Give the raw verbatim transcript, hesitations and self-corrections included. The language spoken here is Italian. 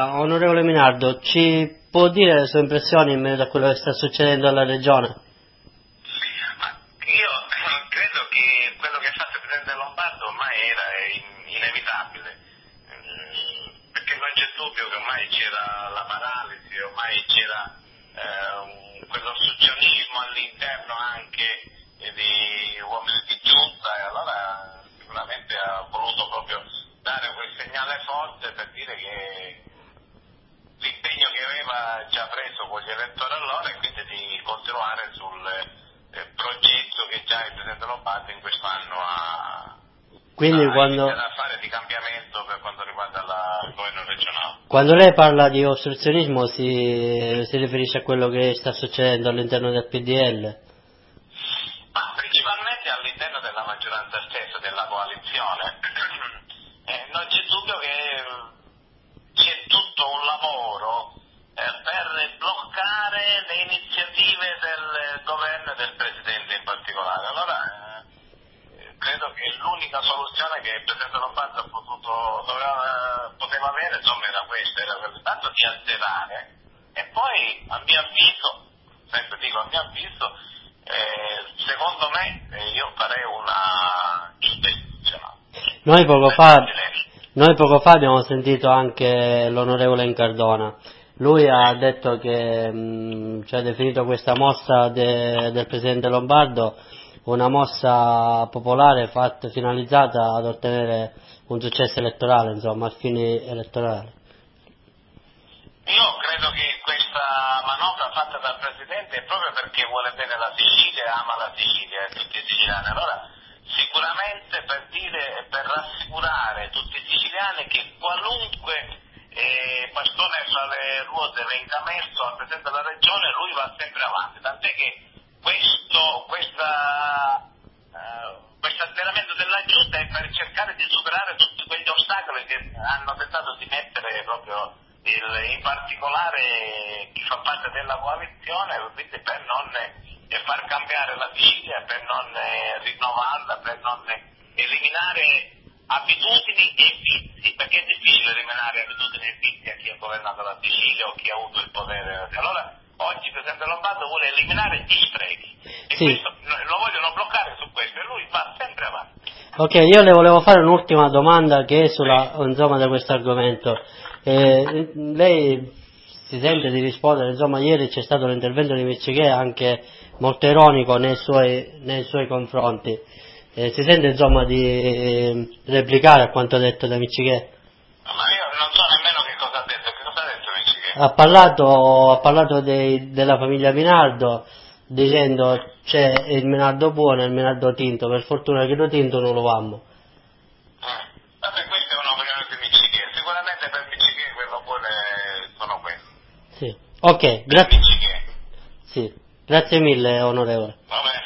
Allora, onorevole Minardo, ci può dire le sue impressioni in merito a quello che sta succedendo alla Regione? Ma io credo che quello che ha fatto il Presidente Lombardo ormai era in- inevitabile, mm, perché non c'è dubbio che ormai c'era la paralisi, ormai c'era eh, un- quell'ostruzionismo all'interno anche eh, di uomini di giunta, e allora sicuramente ha voluto proprio dare quel segnale forte per dire che l'impegno che aveva già preso con gli elettori allora è quindi di continuare sul eh, progetto che già il Presidente Lombardo in quest'anno ha, Quindi ha quando, iniziato a fare di cambiamento per quanto riguarda la- il governo regionale. quando lei parla di ostruzionismo si, si riferisce a quello che sta succedendo all'interno del P D L? Ma principalmente all'interno della maggioranza stessa, della coalizione. Eh, non c'è dubbio che eh, c'è tutto un lavoro eh, per bloccare le iniziative del governo e del Presidente in particolare. Allora eh, credo che l'unica soluzione che il Presidente Lombardo ha potuto, doveva, poteva avere insomma era questa, era quella tanto di azzerare e poi a mio avviso, sempre dico a mio avviso, eh, secondo me eh, io farei una giunta istituzionale. Noi poco fa, noi poco fa abbiamo sentito anche l'onorevole Incardona. Lui ha detto che, mh, cioè ha definito questa mossa de, del Presidente Lombardo una mossa popolare fatta, finalizzata ad ottenere un successo elettorale, insomma, a fini elettorali. Io credo che questa manovra fatta dal Presidente è proprio perché vuole bene la Sicilia, ama la Sicilia e tutti i siciliani. Allora sicuramente per dire e per rassicurare tutti i siciliani che qualunque eh, bastone fra le ruote venga messo al Presidente della Regione, lui va sempre avanti, tant'è che questo, questa, eh, questo azzeramento della Giunta è per cercare di superare tutti quegli ostacoli che hanno tentato di mettere proprio il, in particolare chi fa parte della coalizione, quindi per non eh, far cambiare la Sicilia, per non eh, rinnovarla, per non eh, eliminare abitudini e vizi, perché è difficile eliminare abitudini e vizi a chi ha governato la Sicilia o chi ha avuto il potere. Allora oggi il Presidente Lombardo vuole eliminare gli sprechi e Sì. questo lo vogliono bloccare su questo e lui va sempre avanti. Ok, io le volevo fare un'ultima domanda che è sulla, insomma, da questo argomento. Eh, lei si sente di rispondere, insomma, ieri c'è stato l'intervento di Miccichè anche molto ironico nei suoi, nei suoi confronti. Eh, si sente, insomma, di eh, replicare a quanto detto da Miccichè? Ma io non so nemmeno che cosa ha detto, che cosa ha detto Miccichè? Ha parlato, ha parlato dei, della famiglia Minardo, dicendo c'è il Minardo buono e il Minardo tinto, per fortuna che lo tinto non lo vamo. Eh, Vabbè, questa è un'opinione di Miccichè, sicuramente per Miccichè quello buono è- sono quelli. Sì. Ok, Per grazie. Miccichè. Sì. Grazie mille, onorevole. Va